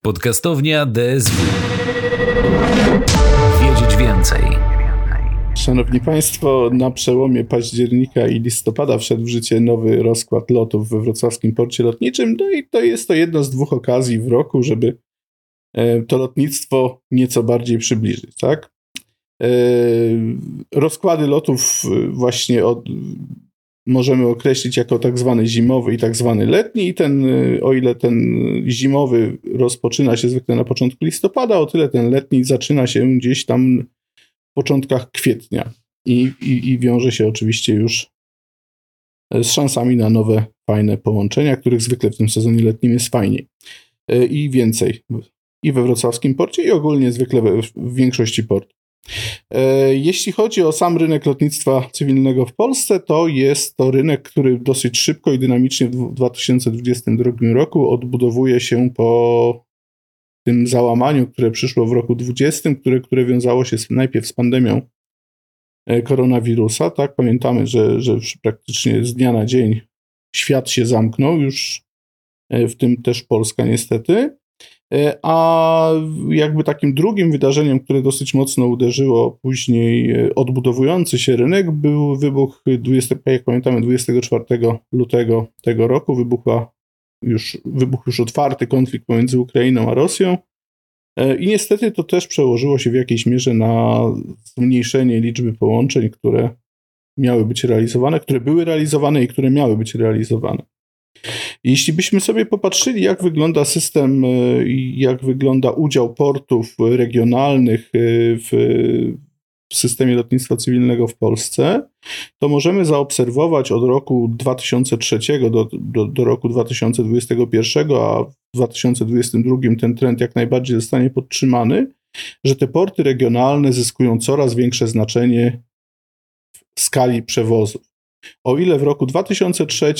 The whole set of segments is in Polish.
Podcastownia DSW. Wiedzieć więcej. Szanowni Państwo, na przełomie października i listopada wszedł w życie nowy rozkład lotów we wrocławskim porcie lotniczym. No i jest to jedna z dwóch okazji w roku, żeby to lotnictwo nieco bardziej przybliżyć, tak? Rozkłady lotów właśnie możemy określić jako tak zwany zimowy i tak zwany letni i o ile ten zimowy rozpoczyna się zwykle na początku listopada, o tyle ten letni zaczyna się gdzieś tam w początkach kwietnia i wiąże się oczywiście już z szansami na nowe, fajne połączenia, których zwykle w tym sezonie letnim jest fajniej i więcej i we wrocławskim porcie i ogólnie zwykle w większości portów. Jeśli chodzi o sam rynek lotnictwa cywilnego w Polsce, to jest to rynek, który dosyć szybko i dynamicznie w 2022 roku odbudowuje się po tym załamaniu, które przyszło w roku 2020, które wiązało się najpierw z pandemią koronawirusa. Tak, pamiętamy, że praktycznie z dnia na dzień świat się zamknął, już w tym też Polska niestety. A jakby takim drugim wydarzeniem, które dosyć mocno uderzyło później odbudowujący się rynek, był wybuch, jak pamiętamy, 24 lutego tego roku. Wybuchł już otwarty konflikt pomiędzy Ukrainą a Rosją. I niestety to też przełożyło się w jakiejś mierze na zmniejszenie liczby połączeń, które miały być realizowane, które były realizowane i które miały być realizowane. Jeśli byśmy sobie popatrzyli, jak wygląda system i jak wygląda udział portów regionalnych w systemie lotnictwa cywilnego w Polsce, to możemy zaobserwować od roku 2003 do roku 2021, a w 2022 ten trend jak najbardziej zostanie podtrzymany, że te porty regionalne zyskują coraz większe znaczenie w skali przewozów. O ile w roku 2003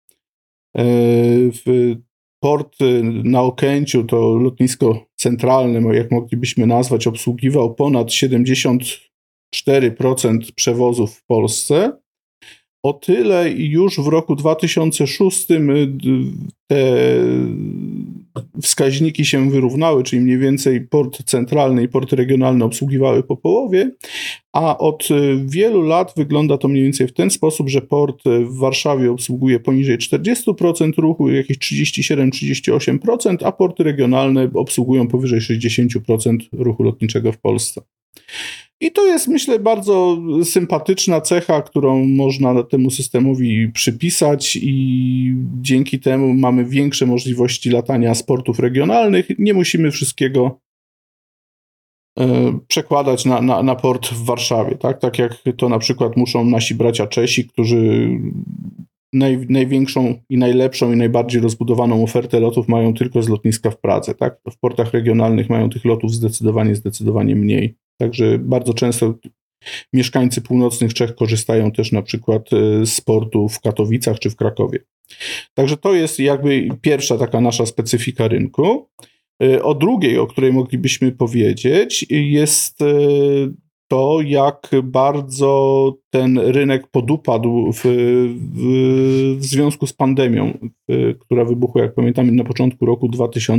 port na Okęciu, to lotnisko centralne, jak moglibyśmy nazwać, obsługiwał ponad 74% przewozów w Polsce, o tyle już w roku 2006 te wskaźniki się wyrównały, czyli mniej więcej port centralny i port regionalny obsługiwały po połowie, a od wielu lat wygląda to mniej więcej w ten sposób, że port w Warszawie obsługuje poniżej 40% ruchu, jakieś 37-38%, a porty regionalne obsługują powyżej 60% ruchu lotniczego w Polsce. I to jest, myślę, bardzo sympatyczna cecha, którą można temu systemowi przypisać i dzięki temu mamy większe możliwości latania z portów regionalnych. Nie musimy wszystkiego przekładać na port w Warszawie, tak jak to na przykład muszą nasi bracia Czesi, którzy największą i najlepszą i najbardziej rozbudowaną ofertę lotów mają tylko z lotniska w Pradze. Tak? W portach regionalnych mają tych lotów zdecydowanie mniej. Także bardzo często mieszkańcy północnych Czech korzystają też na przykład z portu w Katowicach czy w Krakowie. Także to jest jakby pierwsza taka nasza specyfika rynku. O drugiej, o której moglibyśmy powiedzieć, jest to, jak bardzo ten rynek podupadł w związku z pandemią, która wybuchła, jak pamiętamy, na początku roku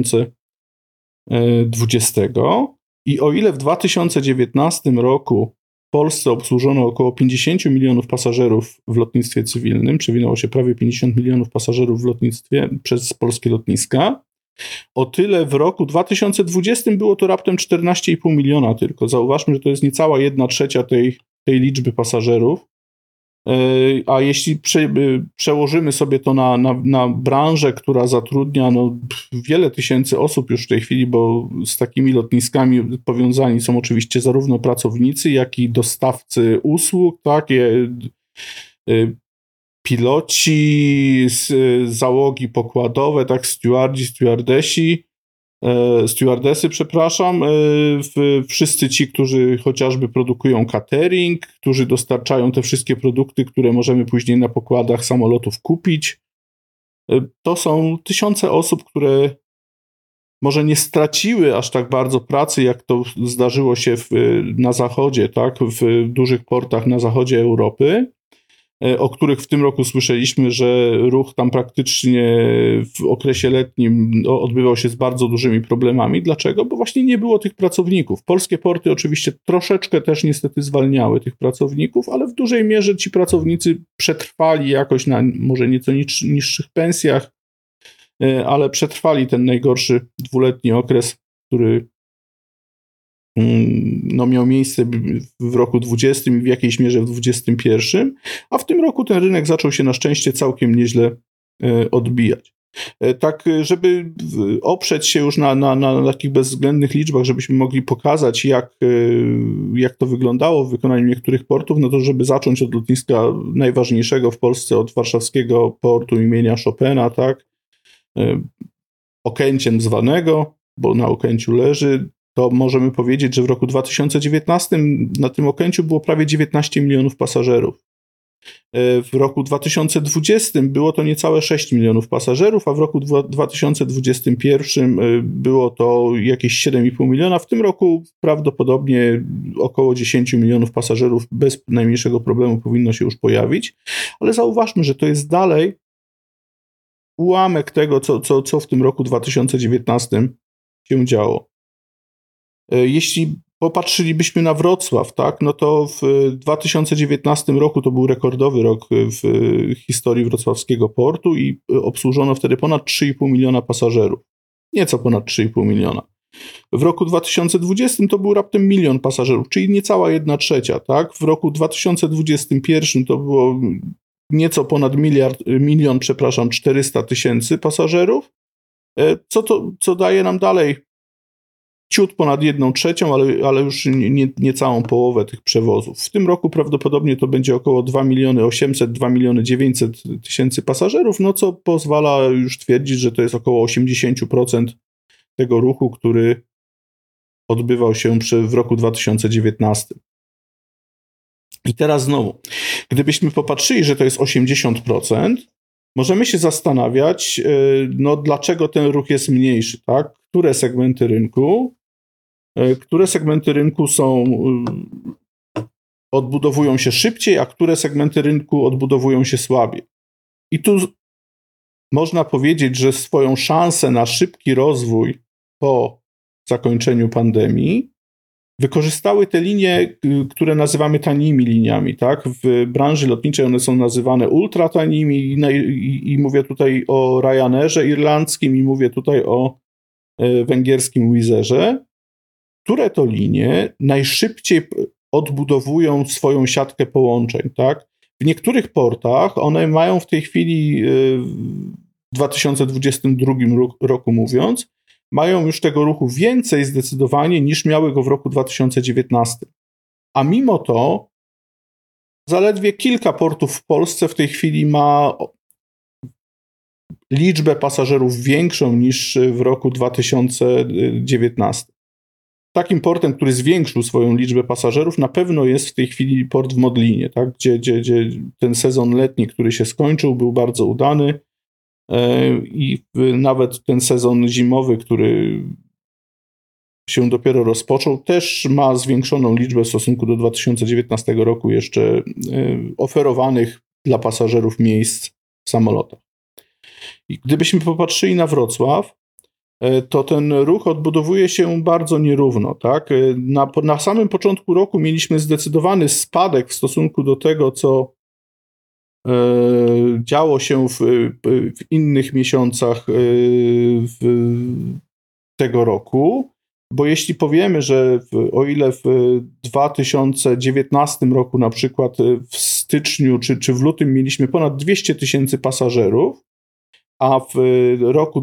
2020. I o ile w 2019 roku w Polsce obsłużono około 50 milionów pasażerów w lotnictwie cywilnym, przewinęło się prawie 50 milionów pasażerów w lotnictwie przez polskie lotniska, o tyle w roku 2020 było to raptem 14,5 miliona tylko. Zauważmy, że to jest niecała 1/3 tej liczby pasażerów. A jeśli przełożymy sobie to na branżę, która zatrudnia wiele tysięcy osób już w tej chwili, bo z takimi lotniskami powiązani są oczywiście zarówno pracownicy, jak i dostawcy usług, tak, piloci, załogi pokładowe, tak, stewardesy, wszyscy ci, którzy chociażby produkują catering, którzy dostarczają te wszystkie produkty, które możemy później na pokładach samolotów kupić. To są tysiące osób, które może nie straciły aż tak bardzo pracy, jak to zdarzyło się na zachodzie, tak, w dużych portach na zachodzie Europy, o których w tym roku słyszeliśmy, że ruch tam praktycznie w okresie letnim odbywał się z bardzo dużymi problemami. Dlaczego? Bo właśnie nie było tych pracowników. Polskie porty oczywiście troszeczkę też niestety zwalniały tych pracowników, ale w dużej mierze ci pracownicy przetrwali jakoś na może nieco niższych pensjach, ale przetrwali ten najgorszy dwuletni okres, który miał miejsce w roku 20 i w jakiejś mierze w 21, a w tym roku ten rynek zaczął się na szczęście całkiem nieźle odbijać. Tak, żeby oprzeć się już na takich bezwzględnych liczbach, żebyśmy mogli pokazać, jak to wyglądało w wykonaniu niektórych portów, no to żeby zacząć od lotniska najważniejszego w Polsce, od warszawskiego portu imienia Chopina, tak, Okęciem zwanego, bo na Okęciu leży, to możemy powiedzieć, że w roku 2019 na tym Okęciu było prawie 19 milionów pasażerów. W roku 2020 było to niecałe 6 milionów pasażerów, a w roku 2021 było to jakieś 7,5 miliona. W tym roku prawdopodobnie około 10 milionów pasażerów bez najmniejszego problemu powinno się już pojawić, ale zauważmy, że to jest dalej ułamek tego, co w tym roku 2019 się działo. Jeśli popatrzylibyśmy na Wrocław, tak, no to w 2019 roku to był rekordowy rok w historii wrocławskiego portu i obsłużono wtedy ponad 3,5 miliona pasażerów. Nieco ponad 3,5 miliona. W roku 2020 to był raptem 1 milion pasażerów, czyli niecała 1/3, tak? W roku 2021 to było nieco ponad 1,4 miliona pasażerów, co daje nam dalej ciut ponad 1/3, ale już nie całą połowę tych przewozów. W tym roku prawdopodobnie to będzie około 2 800 000, 2 900 000 pasażerów, no co pozwala już twierdzić, że to jest około 80% tego ruchu, który odbywał się w roku 2019. I teraz znowu, gdybyśmy popatrzyli, że to jest 80%, możemy się zastanawiać, dlaczego ten ruch jest mniejszy, tak? Które segmenty rynku odbudowują się szybciej, a które segmenty rynku odbudowują się słabiej. I tu można powiedzieć, że swoją szansę na szybki rozwój po zakończeniu pandemii wykorzystały te linie, które nazywamy tanimi liniami, tak? W branży lotniczej one są nazywane ultratanimi i mówię tutaj o Ryanairze irlandzkim i mówię tutaj o węgierskim Wizzairze, które to linie najszybciej odbudowują swoją siatkę połączeń, tak? W niektórych portach one mają w tej chwili, w 2022 roku mówiąc, mają już tego ruchu więcej zdecydowanie niż miały go w roku 2019. A mimo to zaledwie kilka portów w Polsce w tej chwili ma liczbę pasażerów większą niż w roku 2019. Takim portem, który zwiększył swoją liczbę pasażerów, na pewno jest w tej chwili port w Modlinie, tak? Gdzie ten sezon letni, który się skończył, był bardzo udany i nawet ten sezon zimowy, który się dopiero rozpoczął, też ma zwiększoną liczbę w stosunku do 2019 roku jeszcze oferowanych dla pasażerów miejsc w samolotach. I gdybyśmy popatrzyli na Wrocław, to ten ruch odbudowuje się bardzo nierówno. Tak? Na samym początku roku mieliśmy zdecydowany spadek w stosunku do tego, co działo się w innych miesiącach tego roku, bo jeśli powiemy, że o ile w 2019 roku na przykład w styczniu czy w lutym mieliśmy ponad 200 000 pasażerów, a w roku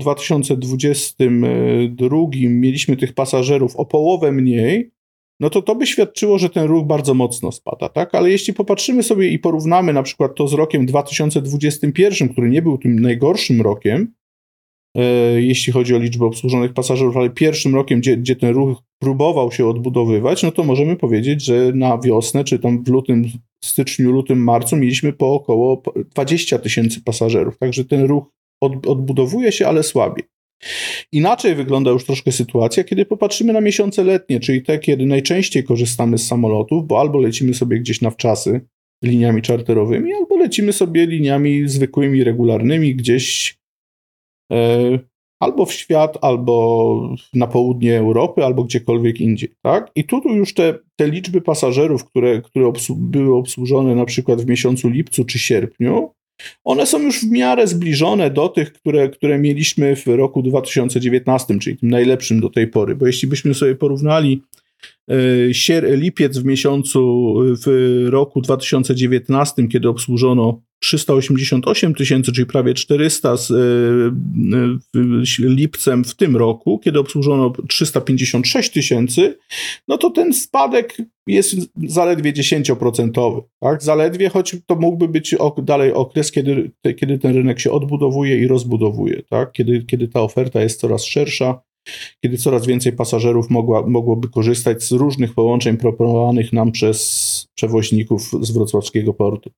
2022 mieliśmy tych pasażerów o połowę mniej, no to by świadczyło, że ten ruch bardzo mocno spada, tak? Ale jeśli popatrzymy sobie i porównamy na przykład to z rokiem 2021, który nie był tym najgorszym rokiem, jeśli chodzi o liczbę obsłużonych pasażerów, ale pierwszym rokiem, gdzie ten ruch próbował się odbudowywać, no to możemy powiedzieć, że na wiosnę, czy tam w styczniu, lutym, marcu mieliśmy po około 20 000 pasażerów, także ten ruch odbudowuje się, ale słabiej. Inaczej wygląda już troszkę sytuacja, kiedy popatrzymy na miesiące letnie, czyli te, kiedy najczęściej korzystamy z samolotów, bo albo lecimy sobie gdzieś na wczasy, liniami czarterowymi, albo lecimy sobie liniami zwykłymi, regularnymi, gdzieś albo w świat, albo na południe Europy, albo gdziekolwiek indziej, tak? I tu już te liczby pasażerów, które były obsłużone na przykład w miesiącu lipcu czy sierpniu, one są już w miarę zbliżone do tych, które mieliśmy w roku 2019, czyli tym najlepszym do tej pory, bo jeśli byśmy sobie porównali lipiec w roku 2019, kiedy obsłużono 388 tysięcy, czyli prawie 400 z lipcem w tym roku, kiedy obsłużono 356 tysięcy, no to ten spadek jest zaledwie 10%. Tak? Zaledwie, choć to mógłby być dalej okres, kiedy ten rynek się odbudowuje i rozbudowuje. Tak? Kiedy ta oferta jest coraz szersza, kiedy coraz więcej pasażerów mogłoby korzystać z różnych połączeń proponowanych nam przez przewoźników z wrocławskiego portu.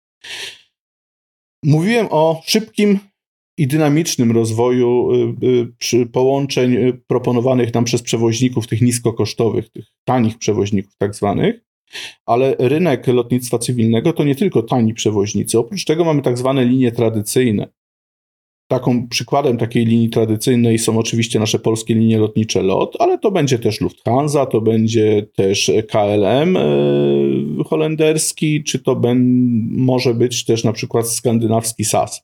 Mówiłem o szybkim i dynamicznym rozwoju połączeń proponowanych nam przez przewoźników tych niskokosztowych, tych tanich przewoźników tak zwanych, ale rynek lotnictwa cywilnego to nie tylko tani przewoźnicy. Oprócz tego mamy tak zwane linie tradycyjne. Przykładem takiej linii tradycyjnej są oczywiście nasze polskie linie lotnicze LOT, ale to będzie też Lufthansa, to będzie też KLM holenderski, czy to może być też na przykład skandynawski SAS.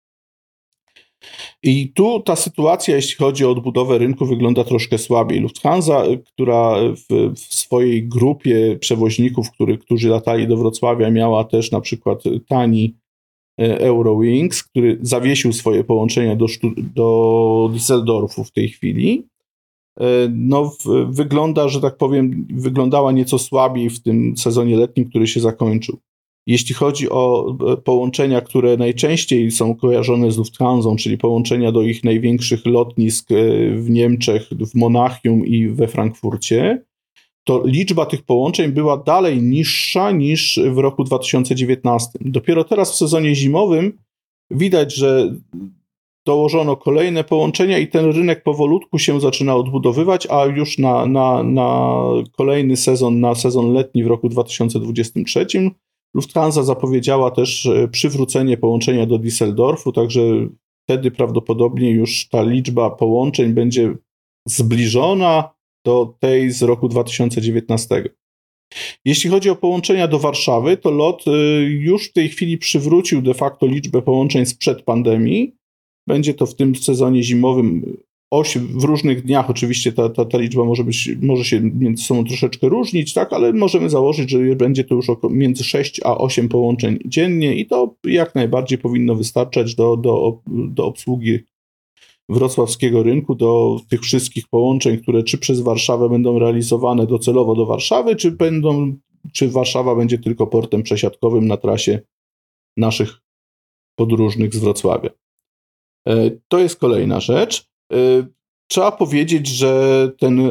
I tu ta sytuacja, jeśli chodzi o odbudowę rynku, wygląda troszkę słabiej. Lufthansa, która w swojej grupie przewoźników, którzy latali do Wrocławia, miała też na przykład tani Eurowings, który zawiesił swoje połączenia do Düsseldorfu w tej chwili. Wygląda, że tak powiem, wyglądała nieco słabiej w tym sezonie letnim, który się zakończył. Jeśli chodzi o połączenia, które najczęściej są kojarzone z Lufthansą, czyli połączenia do ich największych lotnisk w Niemczech, w Monachium i we Frankfurcie, to liczba tych połączeń była dalej niższa niż w roku 2019. Dopiero teraz w sezonie zimowym widać, że dołożono kolejne połączenia i ten rynek powolutku się zaczyna odbudowywać, a już na kolejny sezon, na sezon letni w roku 2023 Lufthansa zapowiedziała też przywrócenie połączenia do Düsseldorfu, także wtedy prawdopodobnie już ta liczba połączeń będzie zbliżona do tej z roku 2019. Jeśli chodzi o połączenia do Warszawy, to LOT już w tej chwili przywrócił de facto liczbę połączeń sprzed pandemii. Będzie to w tym sezonie zimowym w różnych dniach oczywiście ta liczba może się między sobą troszeczkę różnić, tak, ale możemy założyć, że będzie to już między 6 a 8 połączeń dziennie i to jak najbardziej powinno wystarczać do obsługi wrocławskiego rynku, do tych wszystkich połączeń, które czy przez Warszawę będą realizowane docelowo do Warszawy, czy Warszawa będzie tylko portem przesiadkowym na trasie naszych podróżnych z Wrocławia. To jest kolejna rzecz. Trzeba powiedzieć, że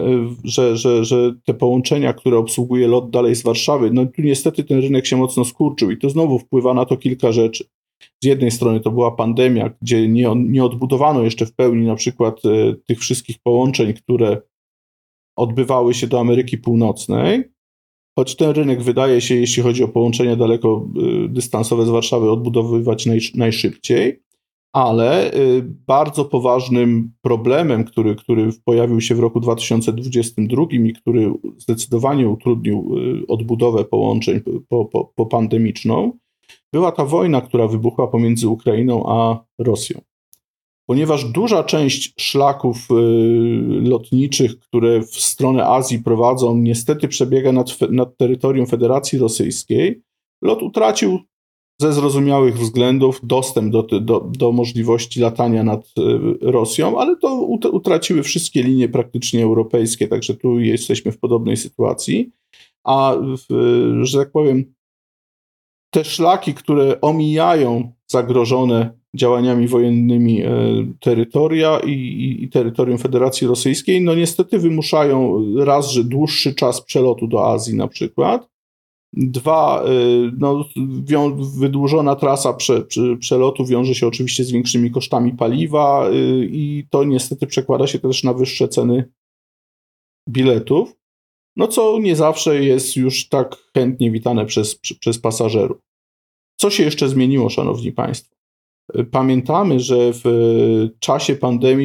te połączenia, które obsługuje LOT dalej z Warszawy, no tu niestety ten rynek się mocno skurczył i to znowu wpływa na to kilka rzeczy. Z jednej strony to była pandemia, gdzie nie odbudowano jeszcze w pełni na przykład tych wszystkich połączeń, które odbywały się do Ameryki Północnej, choć ten rynek wydaje się, jeśli chodzi o połączenia dalekodystansowe z Warszawy, odbudowywać najszybciej, ale bardzo poważnym problemem, który pojawił się w roku 2022 i który zdecydowanie utrudnił odbudowę połączeń popandemiczną, była ta wojna, która wybuchła pomiędzy Ukrainą a Rosją. Ponieważ duża część szlaków lotniczych, które w stronę Azji prowadzą, niestety przebiega nad terytorium Federacji Rosyjskiej, LOT utracił ze zrozumiałych względów dostęp do możliwości latania nad Rosją, ale to utraciły wszystkie linie praktycznie europejskie, także tu jesteśmy w podobnej sytuacji. A, że tak powiem, te szlaki, które omijają zagrożone działaniami wojennymi terytoria i terytorium Federacji Rosyjskiej, no niestety wymuszają raz, że dłuższy czas przelotu do Azji na przykład, dwa, no, wydłużona trasa przelotu wiąże się oczywiście z większymi kosztami paliwa i to niestety przekłada się też na wyższe ceny biletów. no co nie zawsze jest już tak chętnie witane przez pasażerów. Co się jeszcze zmieniło, szanowni państwo? Pamiętamy, że w czasie pandemii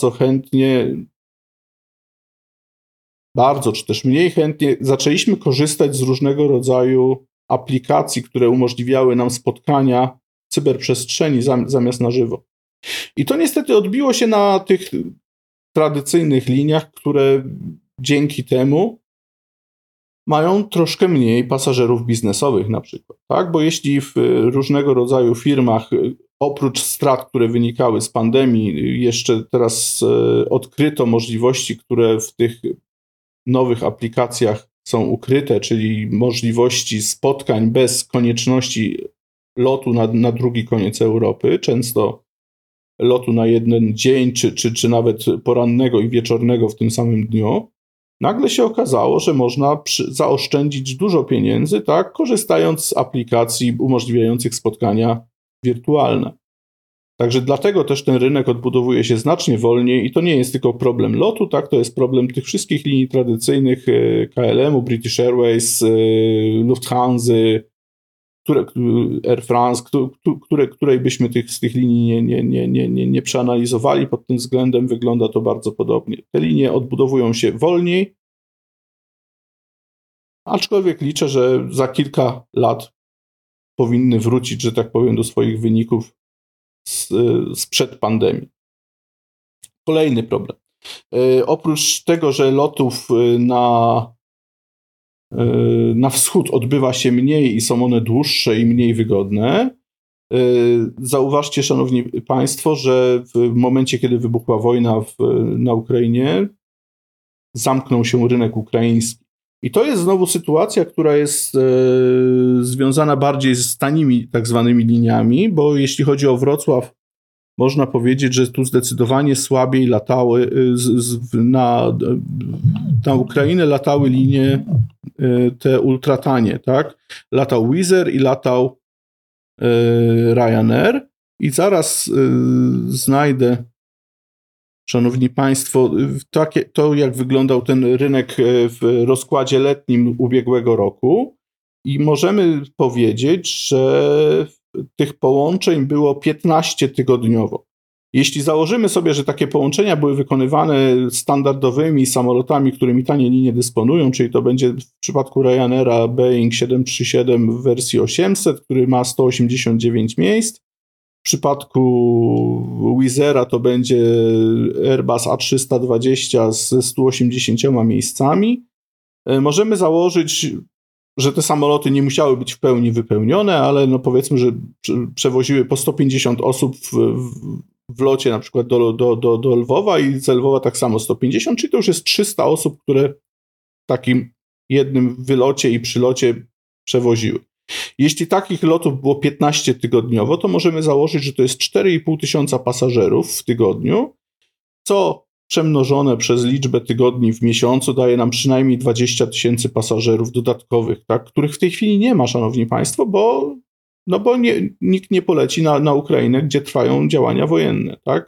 bardzo czy też mniej chętnie zaczęliśmy korzystać z różnego rodzaju aplikacji, które umożliwiały nam spotkania w cyberprzestrzeni zamiast na żywo. I to niestety odbiło się na tych tradycyjnych liniach, które dzięki temu mają troszkę mniej pasażerów biznesowych na przykład, tak? Bo jeśli w różnego rodzaju firmach oprócz strat, które wynikały z pandemii, jeszcze teraz odkryto możliwości, które w tych nowych aplikacjach są ukryte, czyli możliwości spotkań bez konieczności lotu na drugi koniec Europy, często lotu na jeden dzień, czy nawet porannego i wieczornego w tym samym dniu, nagle się okazało, że można zaoszczędzić dużo pieniędzy, tak, korzystając z aplikacji umożliwiających spotkania wirtualne. Także dlatego też ten rynek odbudowuje się znacznie wolniej i to nie jest tylko problem lotu, tak, to jest problem tych wszystkich linii tradycyjnych KLM-u, British Airways, Lufthansa, Air France, której byśmy z tych linii nie przeanalizowali pod tym względem, wygląda to bardzo podobnie. Te linie odbudowują się wolniej, aczkolwiek liczę, że za kilka powinny wrócić, że tak powiem, do swoich wyników sprzed pandemii. Kolejny problem. Oprócz tego, że lotów na wschód odbywa się mniej i są one dłuższe i mniej wygodne, zauważcie, szanowni państwo, że w momencie, kiedy wybuchła wojna na Ukrainie, zamknął się rynek ukraiński. I to jest znowu sytuacja, która jest związana bardziej z tanimi tak zwanymi liniami, bo jeśli chodzi o Wrocław, można powiedzieć, że tu zdecydowanie słabiej latały na Ukrainę latały linie te ultratanie, tak? Latał Wizz Air i latał Ryanair i zaraz znajdę, szanowni państwo, to jak wyglądał ten rynek w rozkładzie letnim ubiegłego roku i możemy powiedzieć, że tych połączeń było 15 tygodniowo. Jeśli założymy sobie, że takie połączenia były wykonywane standardowymi samolotami, którymi tanie linie dysponują, czyli to będzie w przypadku Ryanaira Boeing 737 w wersji 800, który ma 189 miejsc. W przypadku Wizz Aira to będzie Airbus A320 ze 180 miejscami. Możemy założyć, że te samoloty nie musiały być w pełni wypełnione, ale no powiedzmy, że przewoziły po 150 osób w locie na przykład do Lwowa i z Lwowa tak samo 150, czyli to już jest 300 osób, które w takim jednym wylocie i przylocie przewoziły. Jeśli takich lotów było 15 tygodniowo, to możemy założyć, że to jest 4,5 tysiąca pasażerów w tygodniu, co przemnożone przez liczbę tygodni w miesiącu daje nam przynajmniej 20 tysięcy pasażerów dodatkowych, tak, których w tej chwili nie ma, szanowni państwo, bo nikt nie poleci na Ukrainę, gdzie trwają działania wojenne. Tak?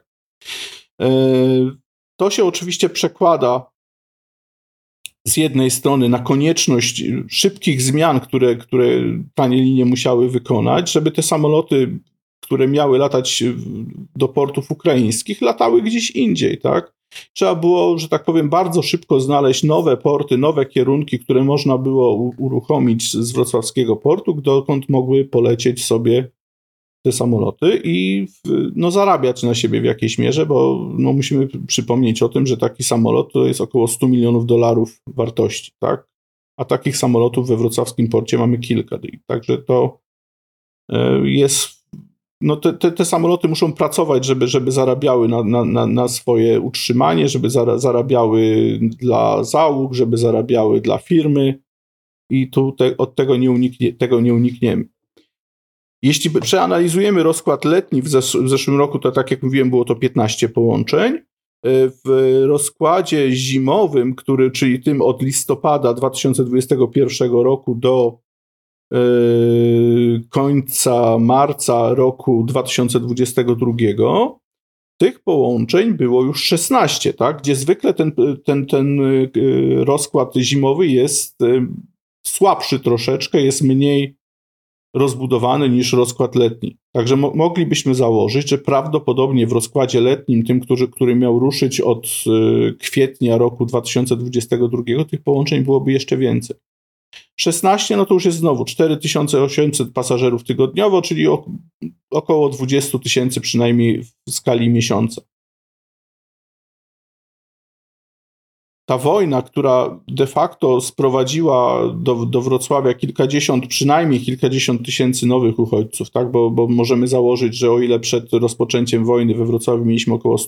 To się oczywiście przekłada z jednej strony na konieczność szybkich zmian, które tanie linie musiały wykonać, żeby te samoloty, które miały latać do portów ukraińskich, latały gdzieś indziej, tak? Trzeba było, że tak powiem, bardzo szybko znaleźć nowe porty, nowe kierunki, które można było uruchomić z wrocławskiego portu, dokąd mogły polecieć sobie te samoloty i zarabiać na siebie w jakiejś mierze, bo musimy przypomnieć o tym, że taki samolot to jest około $100 milionów wartości, tak? A takich samolotów we wrocławskim porcie mamy kilka. Także to jest... Te samoloty muszą pracować, żeby zarabiały na swoje utrzymanie, żeby zarabiały dla załóg, żeby zarabiały dla firmy i tu od tego nie unikniemy. Jeśli przeanalizujemy rozkład letni w zeszłym roku, to tak jak mówiłem, było to 15 połączeń. W rozkładzie zimowym, czyli tym od listopada 2021 roku do końca marca roku 2022 tych połączeń było już 16, tak? Gdzie zwykle ten rozkład zimowy jest słabszy troszeczkę, jest mniej rozbudowany niż rozkład letni. Także moglibyśmy założyć, że prawdopodobnie w rozkładzie letnim, tym, który miał ruszyć od kwietnia roku 2022, tych połączeń byłoby jeszcze więcej. 16, no to już jest znowu 4800 pasażerów tygodniowo, czyli około 20 000 przynajmniej w skali miesiąca. Ta wojna, która de facto sprowadziła do Wrocławia przynajmniej kilkadziesiąt tysięcy nowych uchodźców, tak? Bo możemy założyć, że o ile przed rozpoczęciem wojny we Wrocławiu mieliśmy około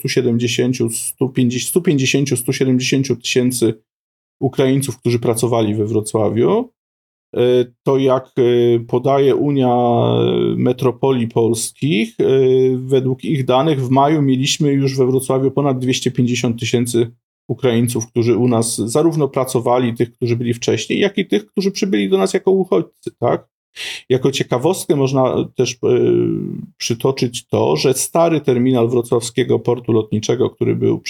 150-170 tysięcy Ukraińców, którzy pracowali we Wrocławiu, to jak podaje Unia Metropolii Polskich, według ich danych w maju mieliśmy już we Wrocławiu ponad 250 tysięcy Ukraińców, którzy u nas zarówno pracowali, tych, którzy byli wcześniej, jak i tych, którzy przybyli do nas jako uchodźcy, tak? Jako ciekawostkę można też przytoczyć to, że stary terminal wrocławskiego portu lotniczego, który był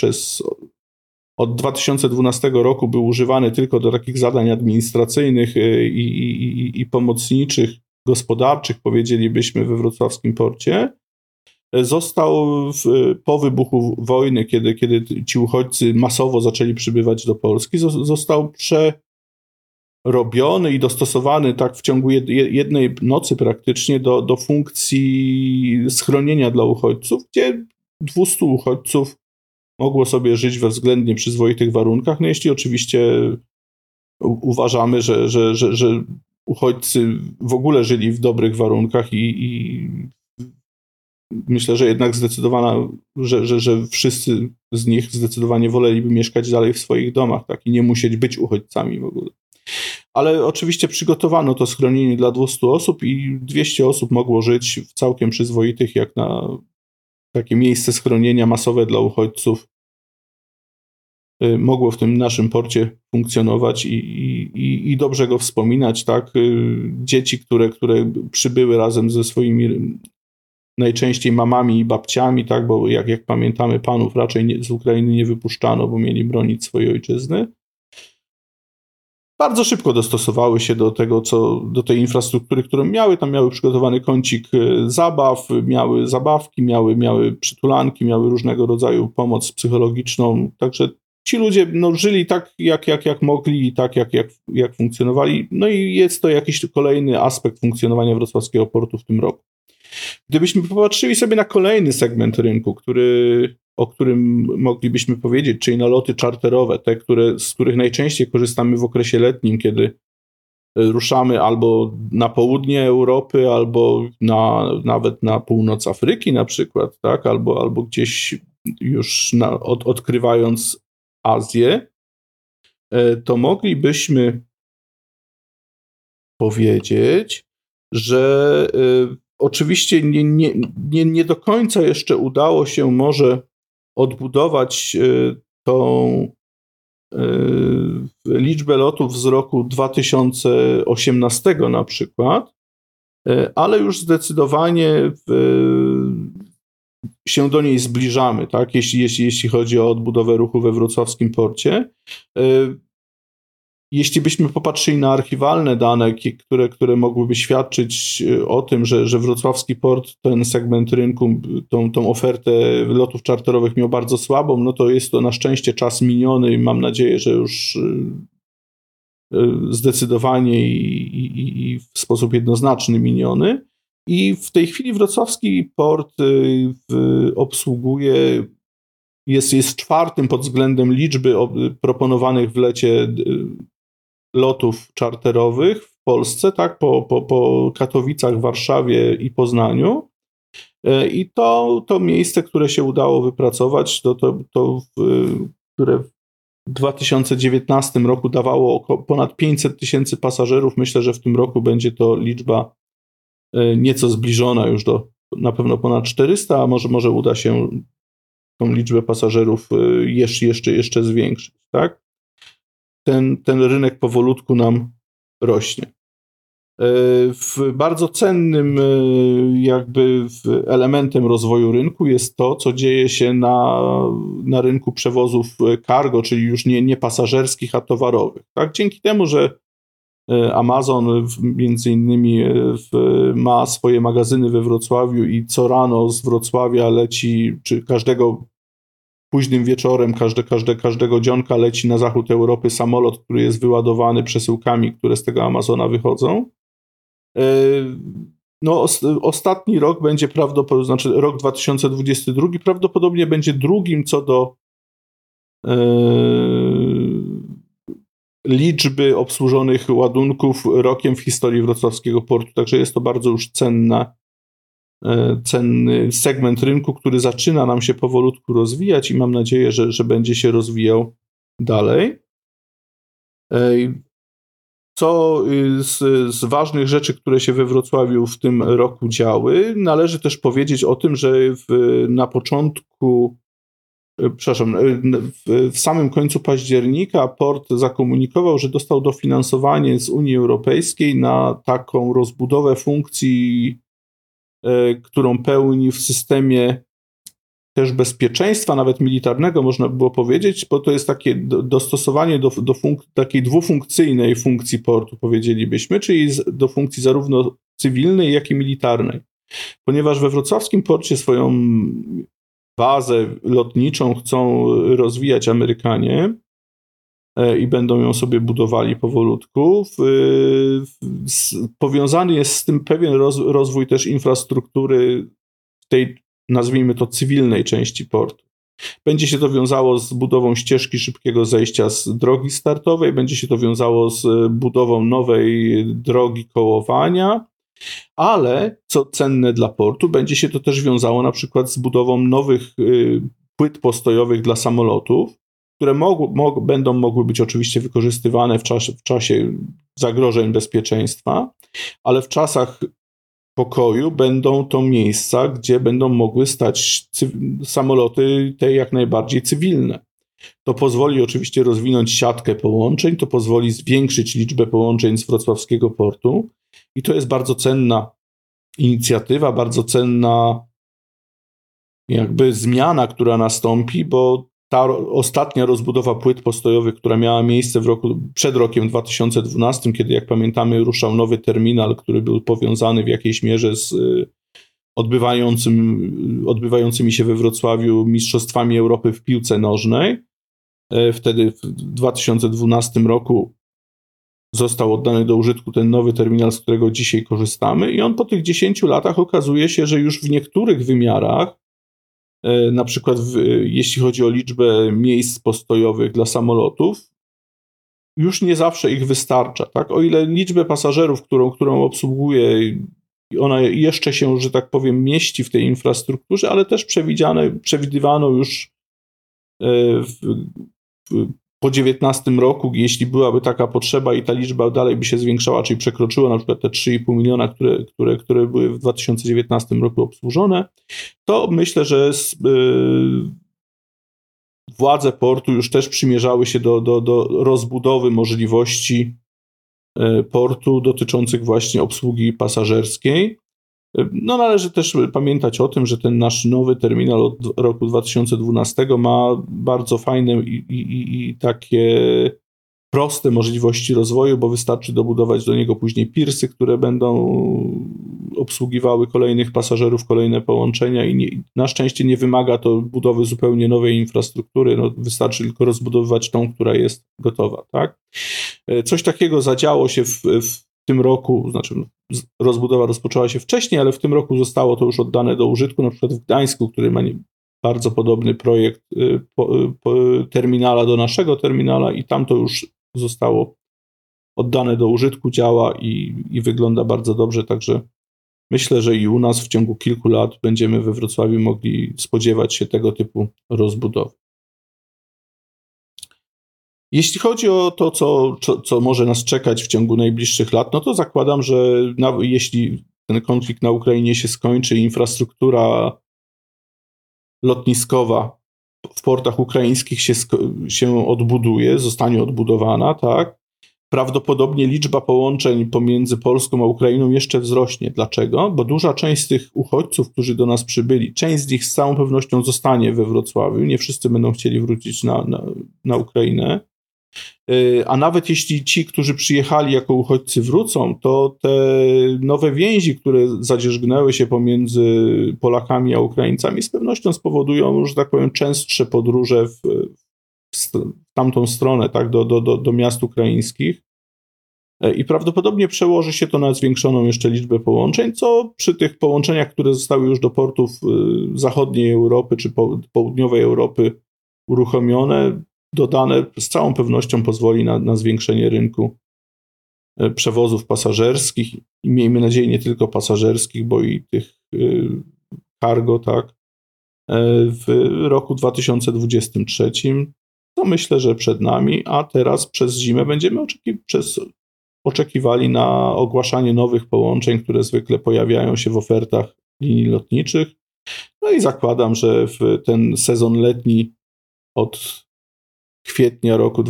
od 2012 roku był używany tylko do takich zadań administracyjnych i pomocniczych, gospodarczych, powiedzielibyśmy, we wrocławskim porcie, został po wybuchu wojny, kiedy ci uchodźcy masowo zaczęli przybywać do Polski, został przerobiony i dostosowany tak w ciągu jednej nocy praktycznie do funkcji schronienia dla uchodźców, gdzie 200 uchodźców mogło sobie żyć we względnie przyzwoitych warunkach, no jeśli oczywiście uważamy, że uchodźcy w ogóle żyli w dobrych warunkach i myślę, że jednak że wszyscy z nich zdecydowanie woleliby mieszkać dalej w swoich domach, tak, i nie musieć być uchodźcami w ogóle. Ale oczywiście przygotowano to schronienie dla 200 osób i 200 osób mogło żyć w całkiem przyzwoitych, jak na takie miejsce schronienia masowe dla uchodźców, mogło w tym naszym porcie funkcjonować i dobrze go wspominać, tak. Dzieci, które przybyły razem ze swoimi najczęściej mamami i babciami, tak, bo jak pamiętamy, panów raczej z Ukrainy nie wypuszczano, bo mieli bronić swojej ojczyzny. Bardzo szybko dostosowały się do tej infrastruktury, którą miały. Tam miały przygotowany kącik zabaw, miały zabawki, miały przytulanki, miały różnego rodzaju pomoc psychologiczną. Także ci ludzie żyli tak, jak mogli i tak, jak funkcjonowali. No i jest to jakiś kolejny aspekt funkcjonowania wrocławskiego portu w tym roku. Gdybyśmy popatrzyli sobie na kolejny segment rynku, o którym moglibyśmy powiedzieć, czyli na loty czarterowe, te, z których najczęściej korzystamy w okresie letnim, kiedy ruszamy albo na południe Europy, albo nawet na północ Afryki na przykład, tak? albo gdzieś już odkrywając Azję, to moglibyśmy powiedzieć, że oczywiście nie do końca jeszcze udało się może odbudować tą liczbę lotów z roku 2018 na przykład, ale już zdecydowanie się do niej zbliżamy, tak? Jeśli chodzi o odbudowę ruchu we wrocławskim porcie. Jeśli byśmy popatrzyli na archiwalne dane, które mogłyby świadczyć o tym, że wrocławski port, ten segment rynku, tą ofertę lotów czarterowych miał bardzo słabą, no to jest to na szczęście czas miniony i mam nadzieję, że już zdecydowanie i w sposób jednoznaczny miniony. I w tej chwili wrocławski port obsługuje, jest czwartym pod względem liczby proponowanych w lecie lotów czarterowych w Polsce, tak, po Katowicach, Warszawie i Poznaniu. I to miejsce, które się udało wypracować, które w 2019 roku dawało ponad 500 tysięcy pasażerów. Myślę, że w tym roku będzie to liczba nieco zbliżona już na pewno ponad 400, a może uda się tą liczbę pasażerów jeszcze zwiększyć, tak? Ten rynek powolutku nam rośnie. Bardzo cennym jakby elementem rozwoju rynku jest to, co dzieje się na rynku przewozów cargo, czyli już nie pasażerskich, a towarowych. Tak? Dzięki temu, że Amazon między innymi ma swoje magazyny we Wrocławiu i co rano z Wrocławia leci, czy późnym wieczorem, każdego dzionka leci na zachód Europy samolot, który jest wyładowany przesyłkami, które z tego Amazona wychodzą. No, ostatni rok będzie prawdopodobnie, znaczy rok 2022 prawdopodobnie będzie drugim co do liczby obsłużonych ładunków rokiem w historii wrocławskiego portu. Także jest to bardzo już cenny segment rynku, który zaczyna nam się powolutku rozwijać i mam nadzieję, że będzie się rozwijał dalej. Co z ważnych rzeczy, które się we Wrocławiu w tym roku działy, należy też powiedzieć o tym, że w samym końcu października port zakomunikował, że dostał dofinansowanie z Unii Europejskiej na taką rozbudowę funkcji, którą pełni w systemie też bezpieczeństwa, nawet militarnego można by było powiedzieć, bo to jest takie dostosowanie do takiej dwufunkcyjnej funkcji portu, powiedzielibyśmy, czyli do funkcji zarówno cywilnej, jak i militarnej. Ponieważ we wrocławskim porcie swoją bazę lotniczą chcą rozwijać Amerykanie i będą ją sobie budowali powolutku. Powiązany jest z tym pewien rozwój też infrastruktury w tej, nazwijmy to, cywilnej części portu. Będzie się to wiązało z budową ścieżki szybkiego zejścia z drogi startowej, będzie się to wiązało z budową nowej drogi kołowania, ale co cenne dla portu, będzie się to też wiązało na przykład z budową nowych płyt postojowych dla samolotów, które będą mogły być oczywiście wykorzystywane w czasie zagrożeń bezpieczeństwa, ale w czasach pokoju będą to miejsca, gdzie będą mogły stać samoloty te jak najbardziej cywilne. To pozwoli oczywiście rozwinąć siatkę połączeń, to pozwoli zwiększyć liczbę połączeń z wrocławskiego portu i to jest bardzo cenna inicjatywa, bardzo cenna jakby zmiana, która nastąpi, bo ta ostatnia rozbudowa płyt postojowych, która miała miejsce przed rokiem 2012, kiedy, jak pamiętamy, ruszał nowy terminal, który był powiązany w jakiejś mierze z odbywającymi się we Wrocławiu Mistrzostwami Europy w piłce nożnej. Wtedy w 2012 roku został oddany do użytku ten nowy terminal, z którego dzisiaj korzystamy i on po tych 10 latach okazuje się, że już w niektórych wymiarach, na przykład jeśli chodzi o liczbę miejsc postojowych dla samolotów, już nie zawsze ich wystarcza. Tak? O ile liczbę pasażerów, którą obsługuje, ona jeszcze się, że tak powiem, mieści w tej infrastrukturze, ale też przewidywano już po 2019 roku, jeśli byłaby taka potrzeba i ta liczba dalej by się zwiększała, czyli przekroczyła na przykład te 3,5 miliona, które były w 2019 roku obsłużone, to myślę, że władze portu już też przymierzały się do rozbudowy możliwości portu dotyczących właśnie obsługi pasażerskiej. No, należy też pamiętać o tym, że ten nasz nowy terminal od roku 2012 ma bardzo fajne i takie proste możliwości rozwoju, bo wystarczy dobudować do niego później pirsy, które będą obsługiwały kolejnych pasażerów, kolejne połączenia i na szczęście nie wymaga to budowy zupełnie nowej infrastruktury, no, wystarczy tylko rozbudowywać tą, która jest gotowa. Tak? Coś takiego zadziało się w tym roku, znaczy rozbudowa rozpoczęła się wcześniej, ale w tym roku zostało to już oddane do użytku, na przykład w Gdańsku, który ma bardzo podobny projekt terminala do naszego terminala i tam to już zostało oddane do użytku, działa i wygląda bardzo dobrze, także myślę, że i u nas w ciągu kilku lat będziemy we Wrocławiu mogli spodziewać się tego typu rozbudowy. Jeśli chodzi o to, co może nas czekać w ciągu najbliższych lat, no to zakładam, że jeśli ten konflikt na Ukrainie się skończy i infrastruktura lotniskowa w portach ukraińskich się odbuduje, zostanie odbudowana, tak, prawdopodobnie liczba połączeń pomiędzy Polską a Ukrainą jeszcze wzrośnie. Dlaczego? Bo duża część z tych uchodźców, którzy do nas przybyli, część z nich z całą pewnością zostanie we Wrocławiu, nie wszyscy będą chcieli wrócić na Ukrainę. A nawet jeśli ci, którzy przyjechali jako uchodźcy wrócą, to te nowe więzi, które zadzierzgnęły się pomiędzy Polakami a Ukraińcami, z pewnością spowodują, że tak powiem, częstsze podróże w tamtą stronę, tak, do miast ukraińskich. I prawdopodobnie przełoży się to na zwiększoną jeszcze liczbę połączeń, co przy tych połączeniach, które zostały już do portów zachodniej Europy czy południowej Europy uruchomione, dodane, z całą pewnością pozwoli na zwiększenie rynku przewozów pasażerskich i miejmy nadzieję nie tylko pasażerskich, bo i tych cargo, tak, w roku 2023, to myślę, że przed nami, a teraz przez zimę będziemy oczekiwali na ogłaszanie nowych połączeń, które zwykle pojawiają się w ofertach linii lotniczych. No i zakładam, że w ten sezon letni od kwietnia roku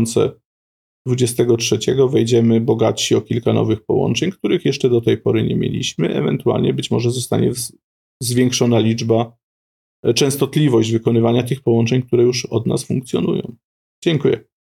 2023 wejdziemy bogatsi o kilka nowych połączeń, których jeszcze do tej pory nie mieliśmy. Ewentualnie być może zostanie zwiększona częstotliwość wykonywania tych połączeń, które już od nas funkcjonują. Dziękuję.